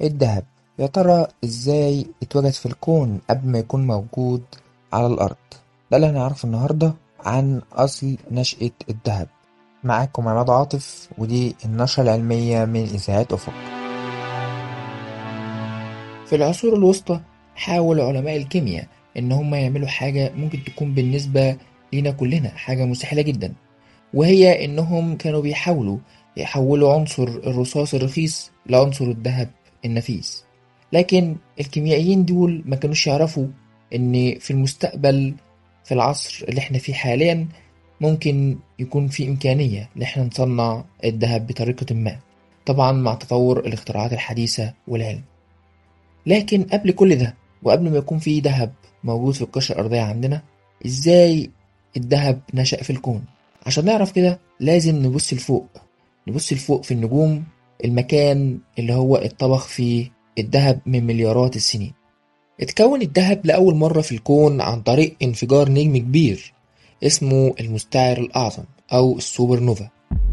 الذهب، يا ترى ازاي اتوجد في الكون قبل ما يكون موجود على الأرض؟ ده اللي هنعرفه النهاردة عن أصل نشأة الذهب. معاكم عماد عاطف، ودي النشرة العلمية من إذاعة أفق. في العصور الوسطى حاول علماء الكيمياء إن هم يعملوا حاجة ممكن تكون بالنسبة لينا كلنا حاجة مستحيلة جدا، وهي إنهم كانوا بيحاولوا يحولوا عنصر الرصاص الرخيص لعنصر الذهب النفيس. لكن الكيميائيين دول ما كانوش يعرفوا إن في المستقبل، في العصر اللي احنا فيه حاليا، ممكن يكون في إمكانية إن احنا نصنع الذهب بطريقة ما، طبعا مع تطور الاختراعات الحديثة والعلم. لكن قبل كل ده، وقبل ما يكون في ذهب موجود في القشرة الأرضية عندنا، إزاي الذهب نشأ في الكون؟ عشان نعرف كده لازم نبص لفوق، نبص لفوق في النجوم، المكان اللي هو اتطبخ فيه الذهب من مليارات السنين. اتكون الذهب لأول مرة في الكون عن طريق انفجار نجم كبير اسمه المستعر الأعظم أو السوبر نوفا.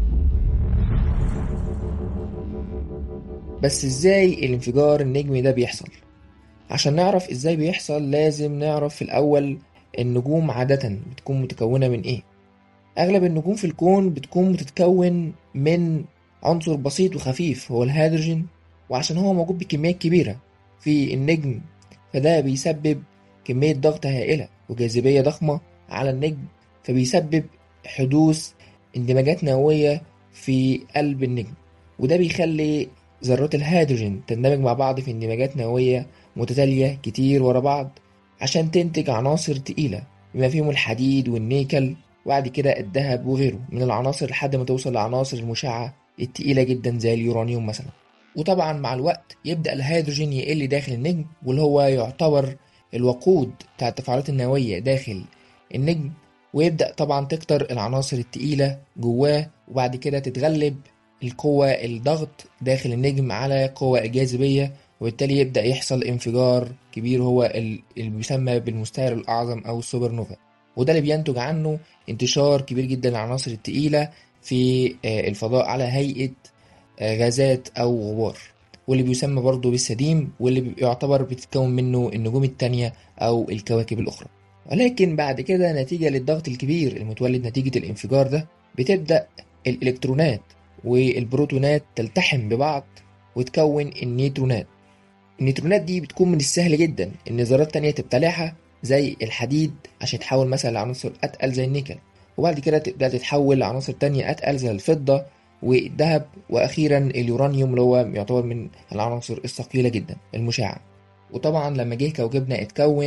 بس ازاي الانفجار النجمي ده بيحصل؟ عشان نعرف ازاي بيحصل لازم نعرف في الأول النجوم عادة بتكون متكونة من ايه. أغلب النجوم في الكون بتكون بتتكون من عنصر بسيط وخفيف هو الهيدروجين، وعشان هو موجود بكميات كبيرة في النجم فده بيسبب كمية ضغط هائلة وجاذبية ضخمة على النجم، فبيسبب حدوث اندماجات نووية في قلب النجم، وده بيخلي ذرات الهيدروجين تندمج مع بعض في اندماجات نووية متتالية كتير ورا بعض عشان تنتج عناصر تقيلة بما فيهم الحديد والنيكل، وبعد كده الذهب وغيره من العناصر لحد ما توصل لعناصر المشعة التقيلة جدا زي اليورانيوم مثلا. وطبعا مع الوقت يبدأ الهيدروجين يقل داخل النجم، واللي هو يعتبر الوقود بتاع التفاعلات النووية داخل النجم، ويبدأ طبعا تكتر العناصر التقيلة جواه، وبعد كده تتغلب القوة الضغط داخل النجم على قوة الجاذبية، وبالتالي يبدأ يحصل انفجار كبير هو اللي بيسمى بالمستعر الأعظم أو السوبر نوفا. وده اللي بينتج عنه انتشار كبير جدا للعناصر التقيلة في الفضاء على هيئة غازات أو غبار، واللي بيسمى برضه بالسديم، واللي يعتبر بتتكون منه النجوم التانية أو الكواكب الأخرى. ولكن بعد كده نتيجة للضغط الكبير المتولد نتيجة الانفجار ده بتبدأ الإلكترونات والبروتونات تلتحم ببعض وتكون النيوترونات. النيوترونات دي بتكون من السهل جدا ان ذرات تانية تبتلعها زي الحديد عشان تتحول مثلا لعناصر اتقل زي النيكل، وبعد كده تبدأ تتحول لعناصر تانية اتقل زي الفضة والذهب، واخيرا اليورانيوم اللي هو يعتبر من العناصر الثقيلة جدا المشعة. وطبعا لما جه كوكبنا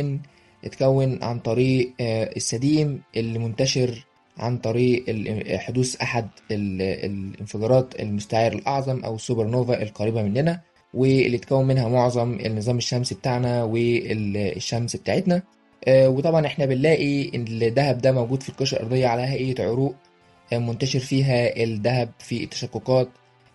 اتكون عن طريق السديم اللي منتشر عن طريق حدوث احد الانفجارات المستعر الاعظم او السوبر نوفا القريبة مننا، واللي اتكون منها معظم النظام الشمسي بتاعنا والشمس بتاعتنا. وطبعا احنا بنلاقي ان الذهب ده موجود في القشرة الأرضية على هيئة عروق منتشر فيها الذهب في التشققات،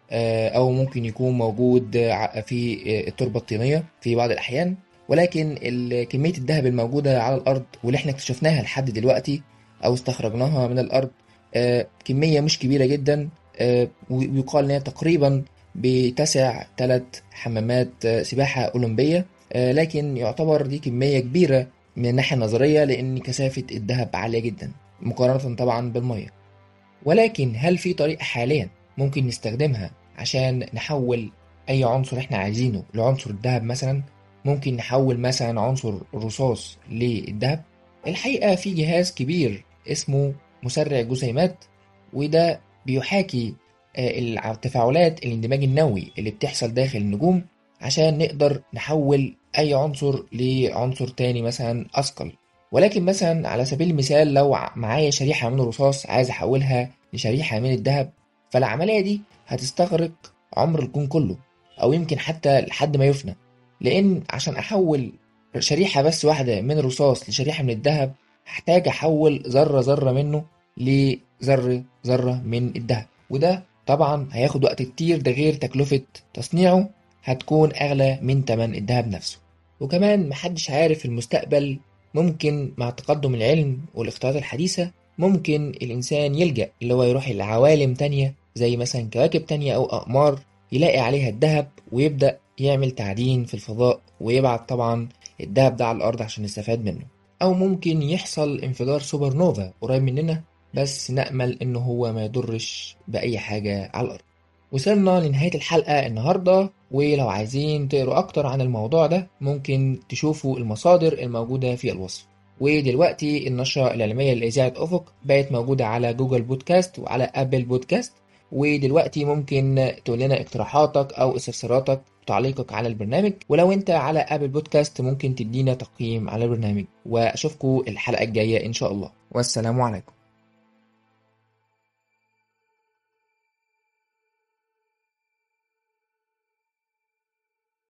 أو ممكن يكون موجود في التربة الطينية في بعض الأحيان. ولكن كمية الذهب الموجودة على الأرض واللي احنا اكتشفناها لحد دلوقتي أو استخرجناها من الأرض كمية مش كبيرة جدا، ويقال إن هي تقريبا بتسع 3 حمامات سباحة أولمبية، لكن يعتبر دي كمية كبيرة من الناحية النظرية لأن كثافة الذهب عالية جدا مقارنة طبعا بالمية. ولكن هل في طريقة حاليا ممكن نستخدمها عشان نحول أي عنصر احنا عايزينه لعنصر الذهب؟ مثلا ممكن نحول مثلا عنصر الرصاص للذهب. الحقيقة في جهاز كبير اسمه مسرع الجسيمات، وده بيحاكي التفاعلات الاندماج النووي اللي بتحصل داخل النجوم عشان نقدر نحول أي عنصر لعنصر تاني مثلا أثقل. ولكن مثلا على سبيل المثال لو معايا شريحة من الرصاص عايز أحولها لشريحة من الذهب، فالعملية دي هتستغرق عمر الكون كله أو يمكن حتى لحد ما يفنى، لأن عشان أحول شريحة بس واحدة من الرصاص لشريحة من الذهب هحتاج أحول ذرة ذرة منه لذرة ذرة من الذهب، وده طبعا هياخد وقت كتير، ده غير تكلفة تصنيعه هتكون أغلى من تمن الذهب نفسه. وكمان محدش عارف المستقبل، ممكن مع تقدم العلم والاختراعات الحديثة ممكن الإنسان يلجأ اللي هو يروح لعوالم تانية زي مثلا كواكب تانية أو أقمار يلاقي عليها الذهب ويبدأ يعمل تعدين في الفضاء ويبعت طبعا الدهب ده على الأرض عشان نستفاد منه. أو ممكن يحصل انفجار سوبر نوفا قريب مننا، بس نأمل إن هو ما يضرش بأي حاجة على الأرض. وصلنا لنهاية الحلقة النهاردة، ولو عايزين تقروا أكتر عن الموضوع ده ممكن تشوفوا المصادر الموجودة في الوصف. ودلوقتي النشرة العلمية لإذاعة أفق بقت موجودة على جوجل بودكاست وعلى أبل بودكاست. ودلوقتي ممكن تقول لنا اقتراحاتك أو استفساراتك وتعليقك على البرنامج، ولو أنت على أبل بودكاست ممكن تدينا تقييم على البرنامج. وأشوفكم الحلقة الجاية إن شاء الله، والسلام عليكم.